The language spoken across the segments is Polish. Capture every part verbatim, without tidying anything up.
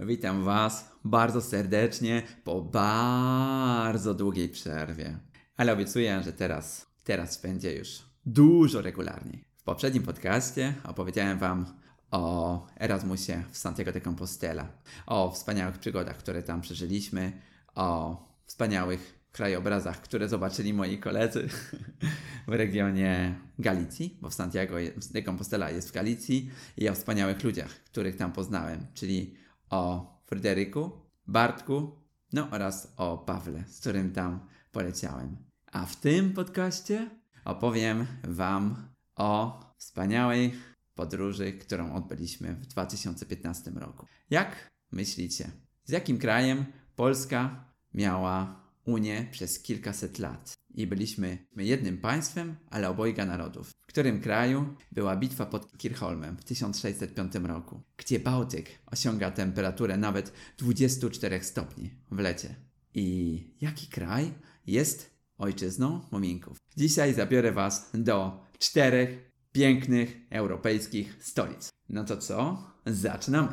Witam Was bardzo serdecznie po bardzo długiej przerwie. Ale obiecuję, że teraz, teraz będzie już dużo regularniej. W poprzednim podcaście opowiedziałem Wam o Erasmusie w Santiago de Compostela, o wspaniałych przygodach, które tam przeżyliśmy, o wspaniałych krajobrazach, które zobaczyli moi koledzy w regionie Galicji, bo w Santiago de Compostela jest w Galicji, i o wspaniałych ludziach, których tam poznałem, czyli o Fryderyku, Bartku, no oraz o Pawle, z którym tam poleciałem. A w tym podcaście opowiem Wam o wspaniałej podróży, którą odbyliśmy w dwa tysiące piętnastym roku. Jak myślicie, z jakim krajem Polska miała Unię przez kilkaset lat? I byliśmy jednym państwem, ale obojga narodów. W którym kraju była bitwa pod Kirchholmem w tysiąc sześćset piątym roku, gdzie Bałtyk osiąga temperaturę nawet dwadzieścia cztery stopni w lecie. I jaki kraj jest ojczyzną muminków? Dzisiaj zabiorę Was do czterech pięknych europejskich stolic. No to co? Zaczynamy!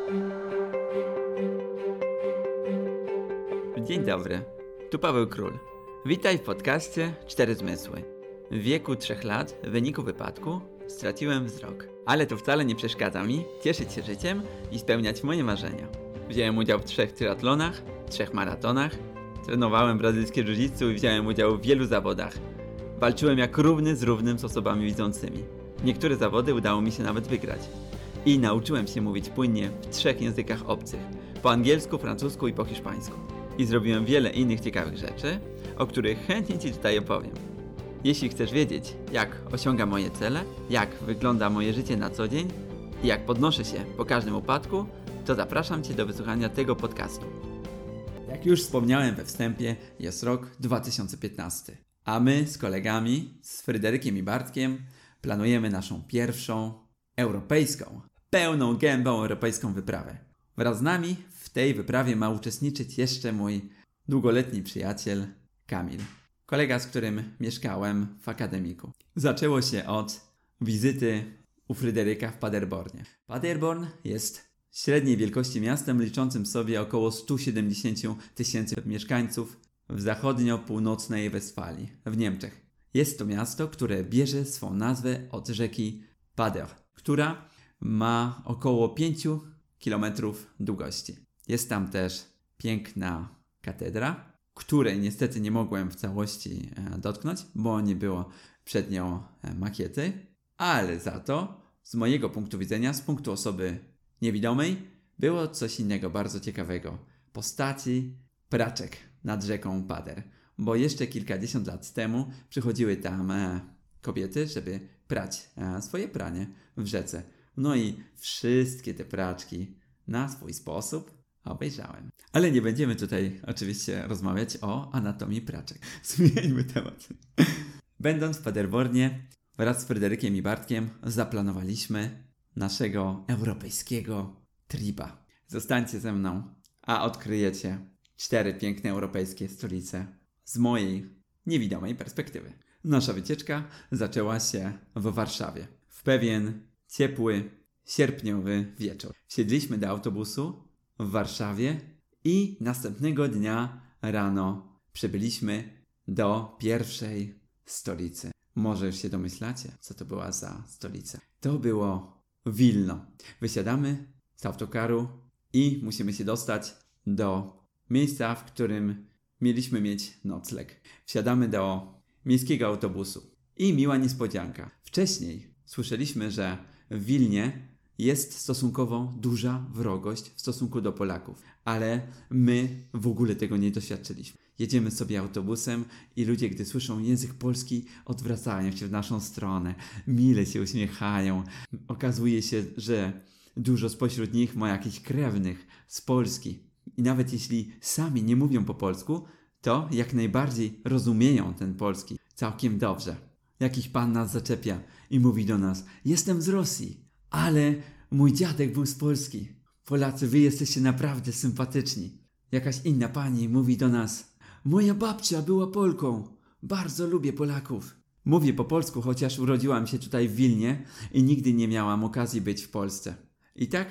Dzień dobry, tu Paweł Król. Witaj w podcaście Cztery Zmysły. W wieku trzech lat w wyniku wypadku straciłem wzrok. Ale to wcale nie przeszkadza mi cieszyć się życiem i spełniać moje marzenia. Wziąłem udział w trzech triatlonach, trzech maratonach, trenowałem brazylijskie jiu-jitsu i wziąłem udział w wielu zawodach. Walczyłem jak równy z równym z osobami widzącymi. Niektóre zawody udało mi się nawet wygrać. I nauczyłem się mówić płynnie w trzech językach obcych. Po angielsku, francusku i po hiszpańsku. I zrobiłem wiele innych ciekawych rzeczy, o których chętnie Ci tutaj opowiem. Jeśli chcesz wiedzieć, jak osiągam moje cele, jak wygląda moje życie na co dzień i jak podnoszę się po każdym upadku, to zapraszam Cię do wysłuchania tego podcastu. Jak już wspomniałem we wstępie, jest rok dwa tysiące piętnasty, a my z kolegami, z Fryderykiem i Bartkiem, planujemy naszą pierwszą europejską, pełną gębą europejską wyprawę. Wraz z nami w tej wyprawie ma uczestniczyć jeszcze mój długoletni przyjaciel Kamil, kolega, z którym mieszkałem w akademiku. Zaczęło się od wizyty u Fryderyka w Paderbornie. Paderborn jest średniej wielkości miastem liczącym sobie około sto siedemdziesiąt tysięcy mieszkańców w zachodnio-północnej Westfalii w Niemczech. Jest to miasto, które bierze swą nazwę od rzeki Pader, która ma około pięć kilometrów długości. Jest tam też piękna katedra, której niestety nie mogłem w całości e, dotknąć, bo nie było przed nią e, makiety, ale za to z mojego punktu widzenia, z punktu osoby niewidomej, było coś innego bardzo ciekawego. Postaci praczek nad rzeką Pader, bo jeszcze kilkadziesiąt lat temu przychodziły tam e, kobiety, żeby prać e, swoje pranie w rzece. No i wszystkie te praczki na swój sposób obejrzałem. Ale nie będziemy tutaj oczywiście rozmawiać o anatomii praczek. Zmieńmy temat. Będąc w Paderbornie, wraz z Fryderykiem i Bartkiem zaplanowaliśmy naszego europejskiego tripa. Zostańcie ze mną, a odkryjecie cztery piękne europejskie stolice z mojej niewidomej perspektywy. Nasza wycieczka zaczęła się w Warszawie. W pewien ciepły, sierpniowy wieczór. Wsiedliśmy do autobusu w Warszawie i następnego dnia rano przybyliśmy do pierwszej stolicy. Może już się domyślacie, co to była za stolica. To było Wilno. Wysiadamy z autokaru i musimy się dostać do miejsca, w którym mieliśmy mieć nocleg. Wsiadamy do miejskiego autobusu. I miła niespodzianka. Wcześniej słyszeliśmy, że w Wilnie jest stosunkowo duża wrogość w stosunku do Polaków, ale my w ogóle tego nie doświadczyliśmy. Jedziemy sobie autobusem i ludzie, gdy słyszą język polski, odwracają się w naszą stronę, mile się uśmiechają. Okazuje się, że dużo spośród nich ma jakichś krewnych z Polski. I nawet jeśli sami nie mówią po polsku, to jak najbardziej rozumieją ten polski całkiem dobrze. Jakiś pan nas zaczepia i mówi do nas: jestem z Rosji, ale mój dziadek był z Polski. Polacy, wy jesteście naprawdę sympatyczni. Jakaś inna pani mówi do nas: moja babcia była Polką. Bardzo lubię Polaków. Mówię po polsku, chociaż urodziłam się tutaj w Wilnie i nigdy nie miałam okazji być w Polsce. I tak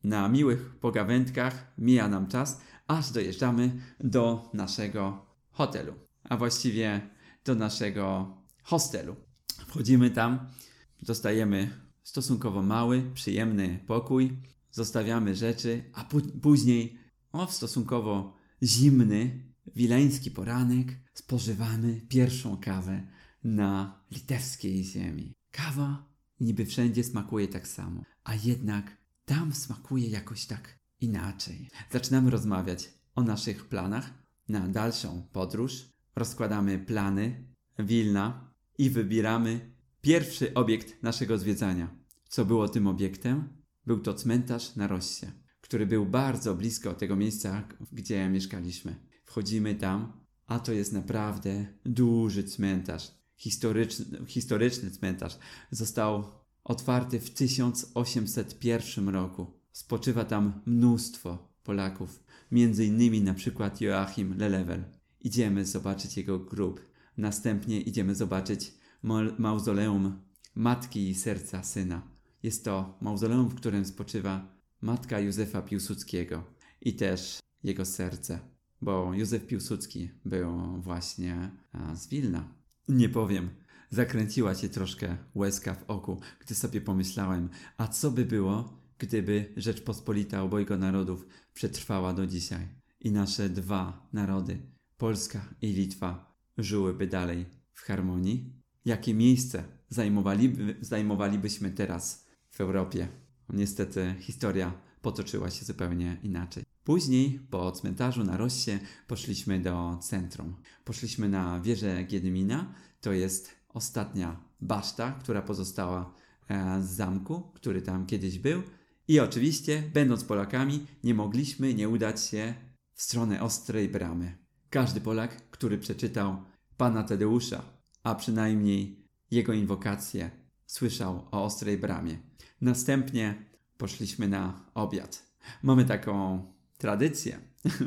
na miłych pogawędkach mija nam czas, aż dojeżdżamy do naszego hotelu, a właściwie do naszego hostelu. Wchodzimy tam, dostajemy stosunkowo mały, przyjemny pokój, zostawiamy rzeczy, a pu- później o stosunkowo zimny, wileński poranek spożywamy pierwszą kawę na litewskiej ziemi. Kawa niby wszędzie smakuje tak samo, a jednak tam smakuje jakoś tak inaczej. Zaczynamy rozmawiać o naszych planach na dalszą podróż. Rozkładamy plany Wilna i wybieramy pierwszy obiekt naszego zwiedzania. Co było tym obiektem? Był to cmentarz na Rossie, który był bardzo blisko tego miejsca, gdzie mieszkaliśmy. Wchodzimy tam, a to jest naprawdę duży cmentarz. Historyczny, historyczny cmentarz. Został otwarty w tysiąc osiemset pierwszym roku. Spoczywa tam mnóstwo Polaków, między innymi na przykład Joachim Lelewel. Idziemy zobaczyć jego grób. Następnie idziemy zobaczyć ma- mauzoleum matki i serca syna. Jest to mauzoleum, w którym spoczywa matka Józefa Piłsudskiego i też jego serce, bo Józef Piłsudski był właśnie a, z Wilna. Nie powiem, zakręciła się troszkę łezka w oku, gdy sobie pomyślałem, a co by było, gdyby Rzeczpospolita obojga narodów przetrwała do dzisiaj i nasze dwa narody, Polska i Litwa, żyłyby dalej w harmonii? Jakie miejsce zajmowaliby, zajmowalibyśmy teraz w Europie? Niestety historia potoczyła się zupełnie inaczej. Później po cmentarzu na Rossie poszliśmy do centrum. Poszliśmy na wieżę Giedymina, to jest ostatnia baszta, która pozostała e, z zamku, który tam kiedyś był. I oczywiście, będąc Polakami, nie mogliśmy nie udać się w stronę Ostrej Bramy. Każdy Polak, który przeczytał Pana Tadeusza, a przynajmniej jego inwokację, słyszał o Ostrej Bramie. Następnie poszliśmy na obiad. Mamy taką tradycję,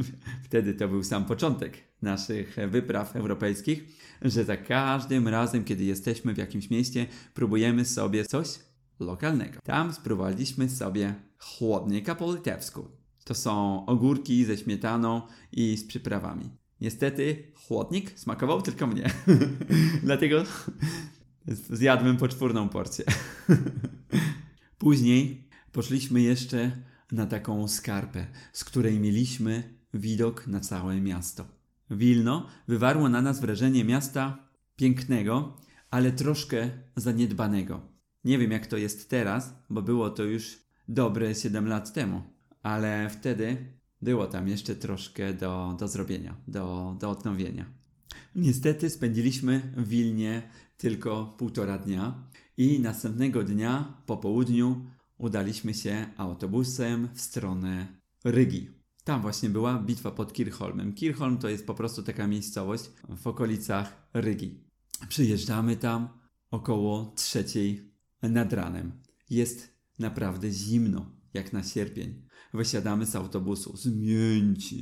wtedy to był sam początek naszych wypraw europejskich, że za każdym razem, kiedy jesteśmy w jakimś mieście, próbujemy sobie coś lokalnego. Tam spróbowaliśmy sobie chłodnika po litewsku. To są ogórki ze śmietaną i z przyprawami. Niestety chłodnik smakował tylko mnie. Dlatego zjadłem poczwórną porcję. Później poszliśmy jeszcze na taką skarpę, z której mieliśmy widok na całe miasto. Wilno wywarło na nas wrażenie miasta pięknego, ale troszkę zaniedbanego. Nie wiem jak to jest teraz, bo było to już dobre siedem lat temu, ale wtedy było tam jeszcze troszkę do, do zrobienia, do, do odnowienia. Niestety spędziliśmy w Wilnie tylko półtora dnia i następnego dnia po południu udaliśmy się autobusem w stronę Rygi. Tam właśnie była bitwa pod Kirchholmem. Kirchholm to jest po prostu taka miejscowość w okolicach Rygi. Przyjeżdżamy tam około trzeciej nad ranem. Jest naprawdę zimno, jak na sierpień. Wysiadamy z autobusu, zmięci,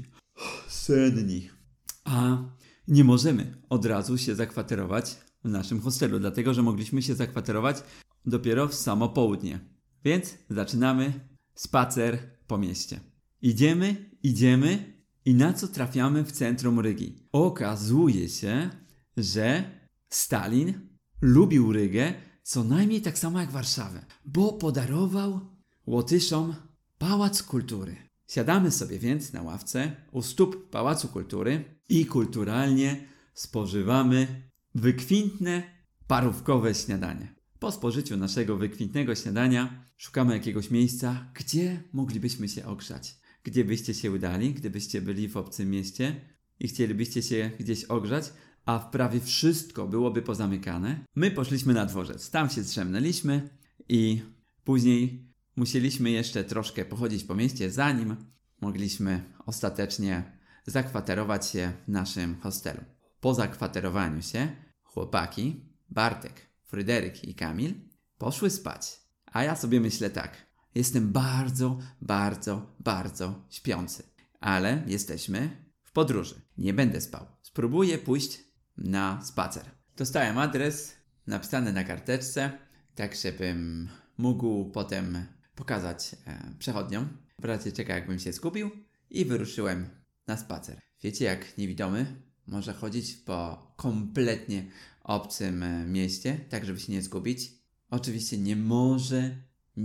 senni. A nie możemy od razu się zakwaterować w naszym hostelu, dlatego że mogliśmy się zakwaterować dopiero w samo południe. Więc zaczynamy spacer po mieście. Idziemy, idziemy i na co trafiamy w centrum Rygi? Okazuje się, że Stalin lubił Rygę co najmniej tak samo jak Warszawę, bo podarował Łotyszom Pałac Kultury. Siadamy sobie więc na ławce u stóp Pałacu Kultury i kulturalnie spożywamy wykwintne, parówkowe śniadanie. Po spożyciu naszego wykwintnego śniadania szukamy jakiegoś miejsca, gdzie moglibyśmy się ogrzać. Gdzie byście się udali, gdybyście byli w obcym mieście i chcielibyście się gdzieś ogrzać, a prawie wszystko byłoby pozamykane. My poszliśmy na dworzec, tam się zdrzemnęliśmy i później musieliśmy jeszcze troszkę pochodzić po mieście, zanim mogliśmy ostatecznie zakwaterować się w naszym hostelu. Po zakwaterowaniu się chłopaki, Bartek, Fryderyk i Kamil poszły spać. A ja sobie myślę tak, jestem bardzo, bardzo, bardzo śpiący. Ale jesteśmy w podróży. Nie będę spał. Spróbuję pójść na spacer. Dostałem adres napisany na karteczce, tak żebym mógł potem pokazać e, przechodniom. Operacja czeka, jakbym się skupił i wyruszyłem na spacer. Wiecie, jak niewidomy może chodzić po kompletnie obcym mieście, tak żeby się nie zgubić? Oczywiście nie może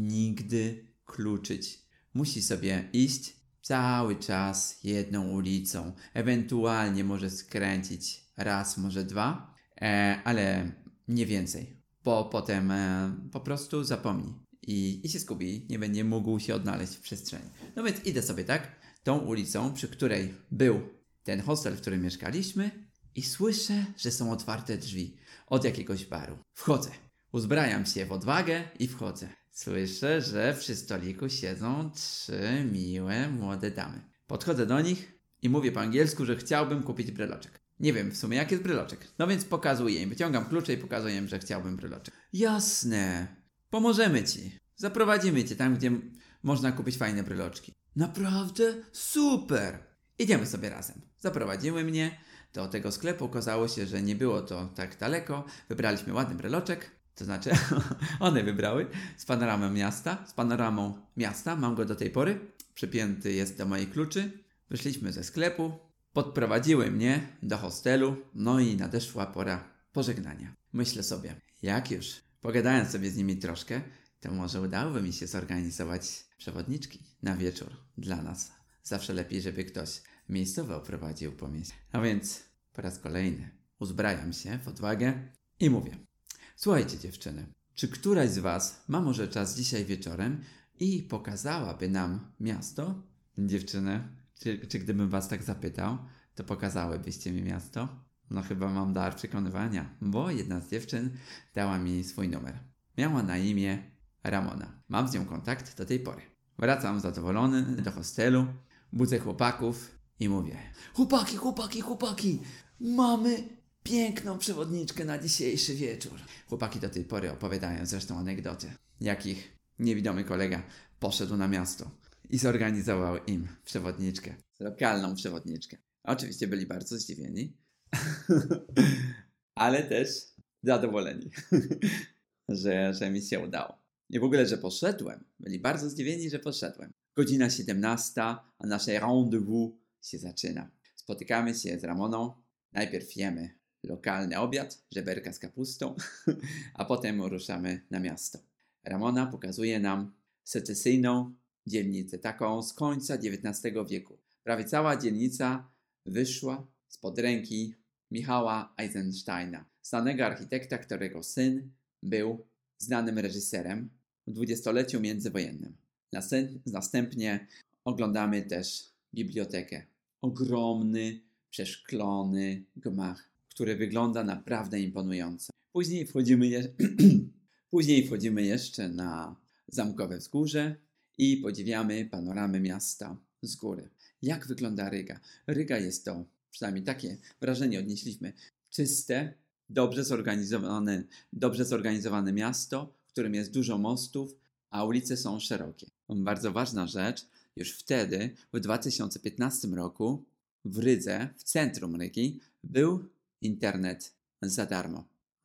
nigdy kluczyć. Musi sobie iść cały czas jedną ulicą. Ewentualnie może skręcić raz, może dwa, e, ale nie więcej. Bo potem e, po prostu zapomni i, i się zgubi, nie będzie mógł się odnaleźć w przestrzeni. No więc idę sobie tak, tą ulicą, przy której był ten hostel, w którym mieszkaliśmy i słyszę, że są otwarte drzwi od jakiegoś baru. Wchodzę, uzbrajam się w odwagę i wchodzę. Słyszę, że przy stoliku siedzą trzy miłe młode damy. Podchodzę do nich i mówię po angielsku, że chciałbym kupić bryloczek. Nie wiem w sumie, jaki jest bryloczek. No więc pokazuję im, wyciągam klucze i pokazuję im, że chciałbym bryloczek. Jasne, pomożemy ci. Zaprowadzimy cię tam, gdzie m- można kupić fajne bryloczki. Naprawdę? Super! Idziemy sobie razem. Zaprowadziły mnie do tego sklepu. Okazało się, że nie było to tak daleko. Wybraliśmy ładny bryloczek. To znaczy, one wybrały z panoramą miasta. Z panoramą miasta. Mam go do tej pory. Przypięty jest do moich kluczy. Wyszliśmy ze sklepu. Podprowadziły mnie do hostelu. No i nadeszła pora pożegnania. Myślę sobie, jak już pogadałem sobie z nimi troszkę, to może udałoby mi się zorganizować przewodniczki na wieczór dla nas. Zawsze lepiej, żeby ktoś miejscowy oprowadził po mieście. A więc po raz kolejny uzbrajam się w odwagę i mówię: słuchajcie dziewczyny, czy któraś z was ma może czas dzisiaj wieczorem i pokazałaby nam miasto? Dziewczyny, czy, czy gdybym was tak zapytał, to pokazałybyście mi miasto? No chyba mam dar przekonywania, bo jedna z dziewczyn dała mi swój numer. Miała na imię Ramona. Mam z nią kontakt do tej pory. Wracam zadowolony do hostelu, budzę chłopaków i mówię: chłopaki, chłopaki, chłopaki, mamy piękną przewodniczkę na dzisiejszy wieczór. Chłopaki do tej pory opowiadają zresztą anegdoty, jak ich niewidomy kolega poszedł na miasto i zorganizował im przewodniczkę, lokalną przewodniczkę. Oczywiście byli bardzo zdziwieni, ale też zadowoleni, że, że mi się udało. I w ogóle, że poszedłem. Byli bardzo zdziwieni, że poszedłem. Godzina siedemnasta, a nasze rendezvous się zaczyna. Spotykamy się z Ramoną. Najpierw jemy lokalny obiad, żeberka z kapustą, a potem ruszamy na miasto. Ramona pokazuje nam secesyjną dzielnicę, taką z końca dziewiętnastego wieku. Prawie cała dzielnica wyszła spod ręki Michała Eisensteina, znanego architekta, którego syn był znanym reżyserem w dwudziestoleciu międzywojennym. Następnie oglądamy też bibliotekę. Ogromny, przeszklony gmach, który wygląda naprawdę imponująco. Później wchodzimy, je... Później wchodzimy jeszcze na Zamkowe Wzgórze i podziwiamy panoramę miasta z góry. Jak wygląda Ryga? Ryga jest to, przynajmniej takie wrażenie odnieśliśmy, czyste, dobrze zorganizowane, dobrze zorganizowane miasto, w którym jest dużo mostów, a ulice są szerokie. Bardzo ważna rzecz, już wtedy, w dwa tysiące piętnastym roku, w Rydze, w centrum Rygi, był internet za darmo.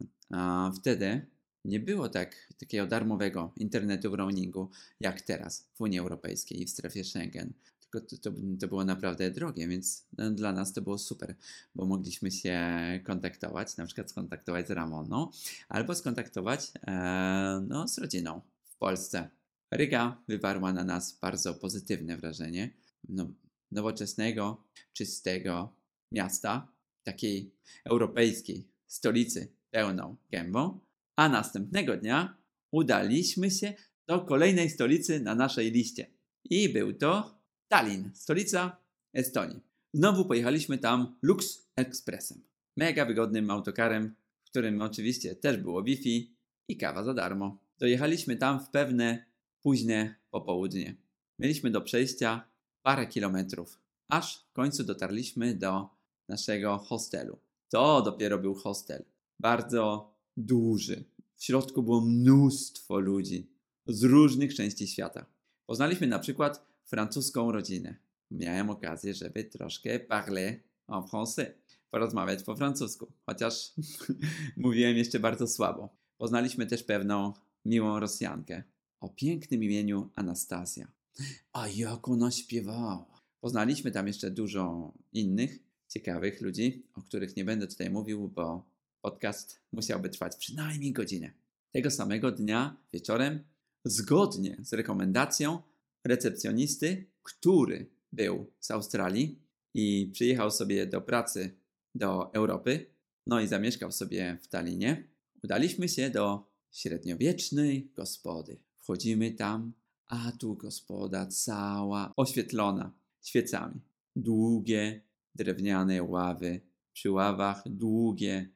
A wtedy nie było tak, takiego darmowego internetu w roamingu, jak teraz w Unii Europejskiej i w strefie Schengen. Tylko to, to, to było naprawdę drogie, więc dla nas to było super, bo mogliśmy się kontaktować, na przykład skontaktować z Ramoną, albo skontaktować e, no, z rodziną w Polsce. Ryga wywarła na nas bardzo pozytywne wrażenie no, nowoczesnego, czystego miasta, takiej europejskiej stolicy pełną gębą, a następnego dnia udaliśmy się do kolejnej stolicy na naszej liście. I był to Tallinn, stolica Estonii. Znowu pojechaliśmy tam Lux Expressem. Mega wygodnym autokarem, w którym oczywiście też było Wi-Fi i kawa za darmo. Dojechaliśmy tam w pewne późne popołudnie. Mieliśmy do przejścia parę kilometrów, aż w końcu dotarliśmy do naszego hostelu. To dopiero był hostel. Bardzo duży. W środku było mnóstwo ludzi z różnych części świata. Poznaliśmy na przykład francuską rodzinę. Miałem okazję, żeby troszkę parler en français, porozmawiać po francusku, chociaż mówiłem jeszcze bardzo słabo. Poznaliśmy też pewną miłą Rosjankę o pięknym imieniu Anastazja. A jak ona śpiewała. Poznaliśmy tam jeszcze dużo innych ciekawych ludzi, o których nie będę tutaj mówił, bo podcast musiałby trwać przynajmniej godzinę. Tego samego dnia wieczorem, zgodnie z rekomendacją recepcjonisty, który był z Australii i przyjechał sobie do pracy do Europy, no i zamieszkał sobie w Tallinie, udaliśmy się do średniowiecznej gospody. Wchodzimy tam, a tu gospoda cała oświetlona świecami. Długie, drewniane ławy, przy ławach długie,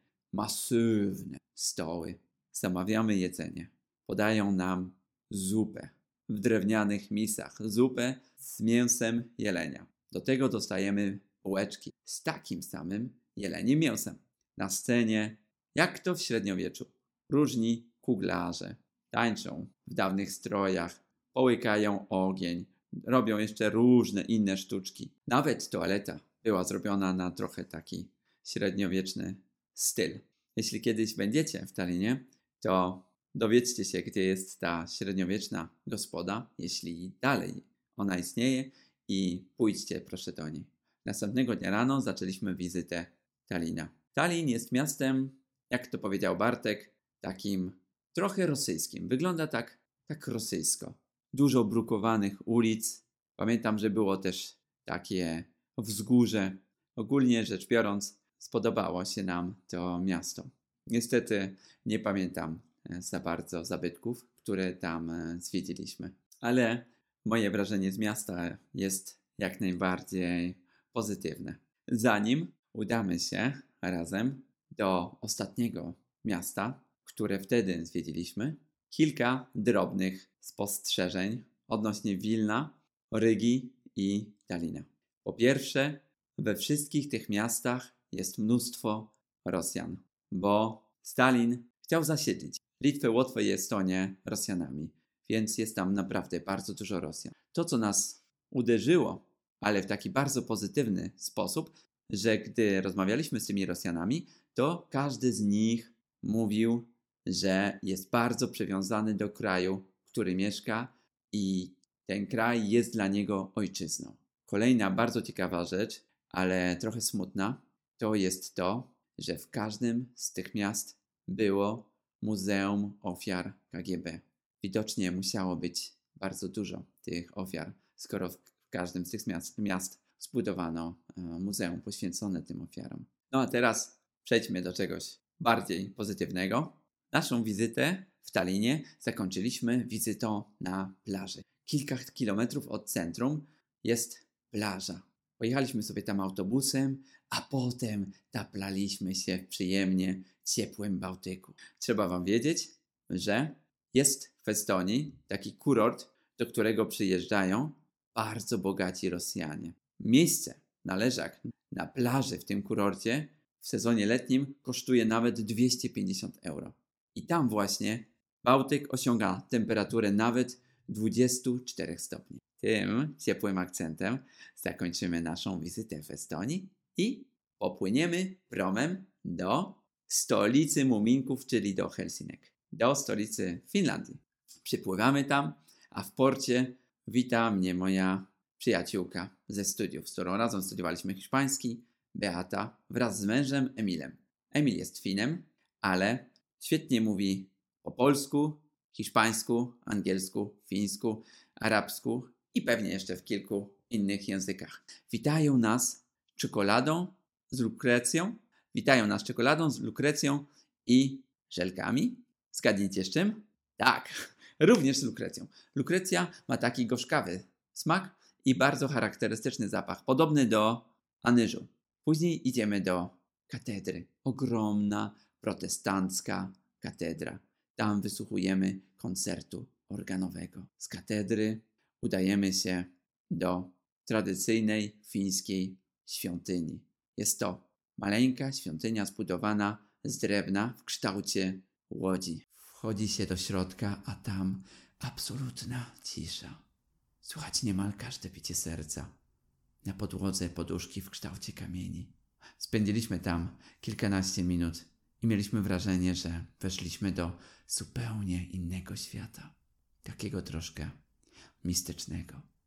masywne stoły. Zamawiamy jedzenie. Podają nam zupę w drewnianych misach. Zupę z mięsem jelenia. Do tego dostajemy bułeczki z takim samym jeleniem mięsem. Na scenie, jak to w średniowieczu, różni kuglarze tańczą w dawnych strojach, połykają ogień, robią jeszcze różne inne sztuczki. Nawet toaleta była zrobiona na trochę taki średniowieczny styl. Jeśli kiedyś będziecie w Tallinie, to dowiedzcie się, gdzie jest ta średniowieczna gospoda, jeśli dalej ona istnieje, i pójdźcie proszę do niej. Następnego dnia rano zaczęliśmy wizytę Tallina. Tallin jest miastem, jak to powiedział Bartek, takim trochę rosyjskim. Wygląda tak, tak rosyjsko. Dużo brukowanych ulic. Pamiętam, że było też takie wzgórze. Ogólnie rzecz biorąc, spodobało się nam to miasto. Niestety nie pamiętam za bardzo zabytków, które tam zwiedziliśmy. Ale moje wrażenie z miasta jest jak najbardziej pozytywne. Zanim udamy się razem do ostatniego miasta, które wtedy zwiedziliśmy, kilka drobnych spostrzeżeń odnośnie Wilna, Rygi i Tallina. Po pierwsze, we wszystkich tych miastach jest mnóstwo Rosjan, bo Stalin chciał zasiedlić Litwę, Łotwę i Estonię Rosjanami, więc jest tam naprawdę bardzo dużo Rosjan. To, co nas uderzyło, ale w taki bardzo pozytywny sposób, że gdy rozmawialiśmy z tymi Rosjanami, to każdy z nich mówił, że jest bardzo przywiązany do kraju, w którym mieszka i ten kraj jest dla niego ojczyzną. Kolejna bardzo ciekawa rzecz, ale trochę smutna, to jest to, że w każdym z tych miast było Muzeum Ofiar K G B. Widocznie musiało być bardzo dużo tych ofiar, skoro w każdym z tych miast, miast zbudowano e, muzeum poświęcone tym ofiarom. No a teraz przejdźmy do czegoś bardziej pozytywnego. Naszą wizytę w Tallinie zakończyliśmy wizytą na plaży. Kilka kilometrów od centrum jest plaża. Pojechaliśmy sobie tam autobusem, a potem taplaliśmy się w przyjemnie ciepłym Bałtyku. Trzeba wam wiedzieć, że jest w Estonii taki kurort, do którego przyjeżdżają bardzo bogaci Rosjanie. Miejsce na leżak na plaży w tym kurorcie w sezonie letnim kosztuje nawet dwieście pięćdziesiąt euro. I tam właśnie Bałtyk osiąga temperaturę nawet dwadzieścia cztery stopni. Tym ciepłym akcentem zakończymy naszą wizytę w Estonii i popłyniemy promem do stolicy Muminków, czyli do Helsinek, do stolicy Finlandii. Przypływamy tam, a w porcie wita mnie moja przyjaciółka ze studiów, z którą razem studiowaliśmy hiszpański, Beata, wraz z mężem Emilem. Emil jest Finem, ale świetnie mówi po polsku, hiszpańsku, angielsku, fińsku, arabsku i pewnie jeszcze w kilku innych językach. Witają nas czekoladą z lukrecją, witają nas czekoladą z lukrecją i żelkami. Zgadnijcie z czym? Tak, również z lukrecją. Lukrecja ma taki gorzkawy smak i bardzo charakterystyczny zapach, podobny do anyżu. Później idziemy do katedry. Ogromna, protestancka katedra. Tam wysłuchujemy koncertu organowego. Z katedry udajemy się do tradycyjnej fińskiej świątyni. Jest to maleńka świątynia zbudowana z drewna w kształcie łodzi. Wchodzi się do środka, a tam absolutna cisza. Słychać niemal każde bicie serca. Na podłodze poduszki w kształcie kamieni. Spędziliśmy tam kilkanaście minut i mieliśmy wrażenie, że weszliśmy do zupełnie innego świata. Takiego troszkę mistycznego.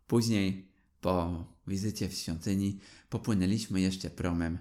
Później po wizycie w świątyni popłynęliśmy jeszcze promem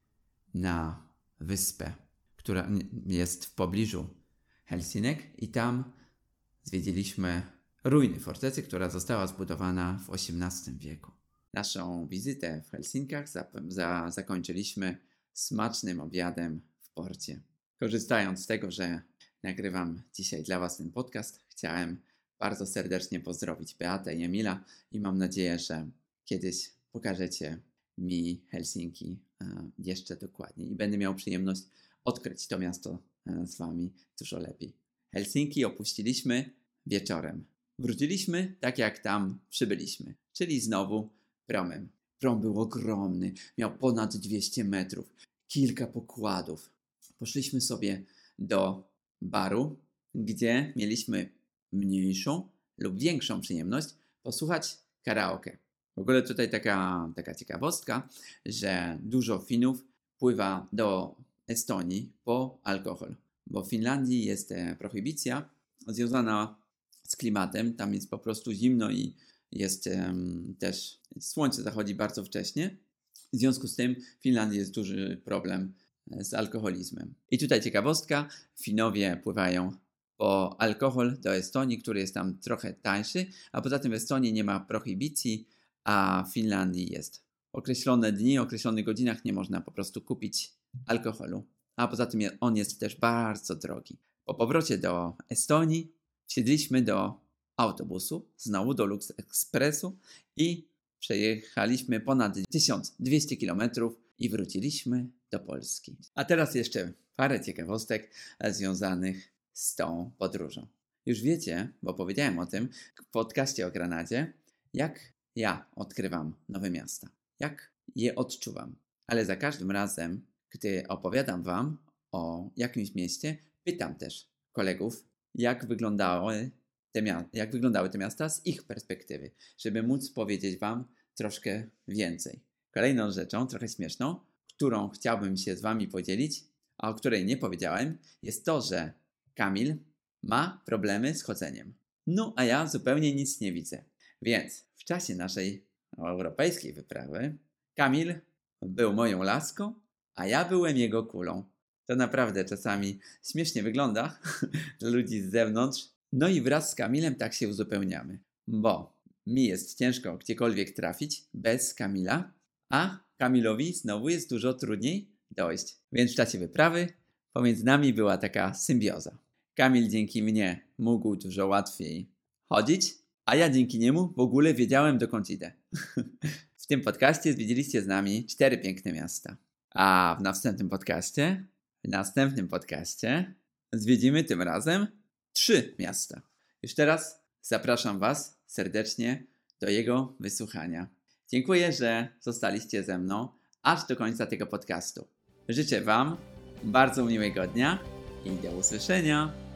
na wyspę, która jest w pobliżu Helsinek i tam zwiedziliśmy ruiny fortecy, która została zbudowana w osiemnastym wieku. Naszą wizytę w Helsinkach za, za, zakończyliśmy smacznym obiadem w porcie. Korzystając z tego, że nagrywam dzisiaj dla Was ten podcast, chciałem bardzo serdecznie pozdrowić Beatę i Emila i mam nadzieję, że kiedyś pokażecie mi Helsinki e, jeszcze dokładniej i będę miał przyjemność odkryć to miasto e, z Wami dużo lepiej. Helsinki opuściliśmy wieczorem. Wróciliśmy tak jak tam przybyliśmy, czyli znowu promem. Prom był ogromny, miał ponad dwieście metrów, kilka pokładów. Poszliśmy sobie do baru, gdzie mieliśmy mniejszą lub większą przyjemność posłuchać karaoke. W ogóle tutaj taka, taka ciekawostka, że dużo Finów pływa do Estonii po alkohol, bo w Finlandii jest prohibicja związana z klimatem, tam jest po prostu zimno i jest um, też słońce zachodzi bardzo wcześnie. W związku z tym w Finlandii jest duży problem z alkoholizmem. I tutaj ciekawostka, Finowie pływają po alkohol do Estonii, który jest tam trochę tańszy, a poza tym w Estonii nie ma prohibicji, a w Finlandii jest. Określone dni, określonych godzinach nie można po prostu kupić alkoholu, a poza tym on jest też bardzo drogi. Po powrocie do Estonii wsiedliśmy do autobusu, znowu do Lux Expressu i przejechaliśmy ponad tysiąc dwieście kilometrów i wróciliśmy do Polski. A teraz jeszcze parę ciekawostek związanych z tą podróżą. Już wiecie, bo powiedziałem o tym w podcaście o Granadzie, jak ja odkrywam nowe miasta, jak je odczuwam. Ale za każdym razem, gdy opowiadam Wam o jakimś mieście, pytam też kolegów, jak wyglądały te, mia- jak wyglądały te miasta z ich perspektywy, żeby móc powiedzieć Wam troszkę więcej. Kolejną rzeczą, trochę śmieszną, którą chciałbym się z Wami podzielić, a o której nie powiedziałem, jest to, że Kamil ma problemy z chodzeniem. No, a ja zupełnie nic nie widzę. Więc w czasie naszej europejskiej wyprawy Kamil był moją laską, a ja byłem jego kulą. To naprawdę czasami śmiesznie wygląda dla ludzi z zewnątrz. No i wraz z Kamilem tak się uzupełniamy, bo mi jest ciężko gdziekolwiek trafić bez Kamila, a Kamilowi znowu jest dużo trudniej dojść. Więc w czasie wyprawy pomiędzy nami była taka symbioza. Kamil dzięki mnie mógł dużo łatwiej chodzić, a ja dzięki niemu w ogóle wiedziałem, dokąd idę. W tym podcaście zwiedziliście z nami cztery piękne miasta. A w następnym podcaście, w następnym podcaście zwiedzimy tym razem trzy miasta. Już teraz zapraszam Was serdecznie do jego wysłuchania. Dziękuję, że zostaliście ze mną aż do końca tego podcastu. Życzę Wam bardzo miłego dnia i do usłyszenia.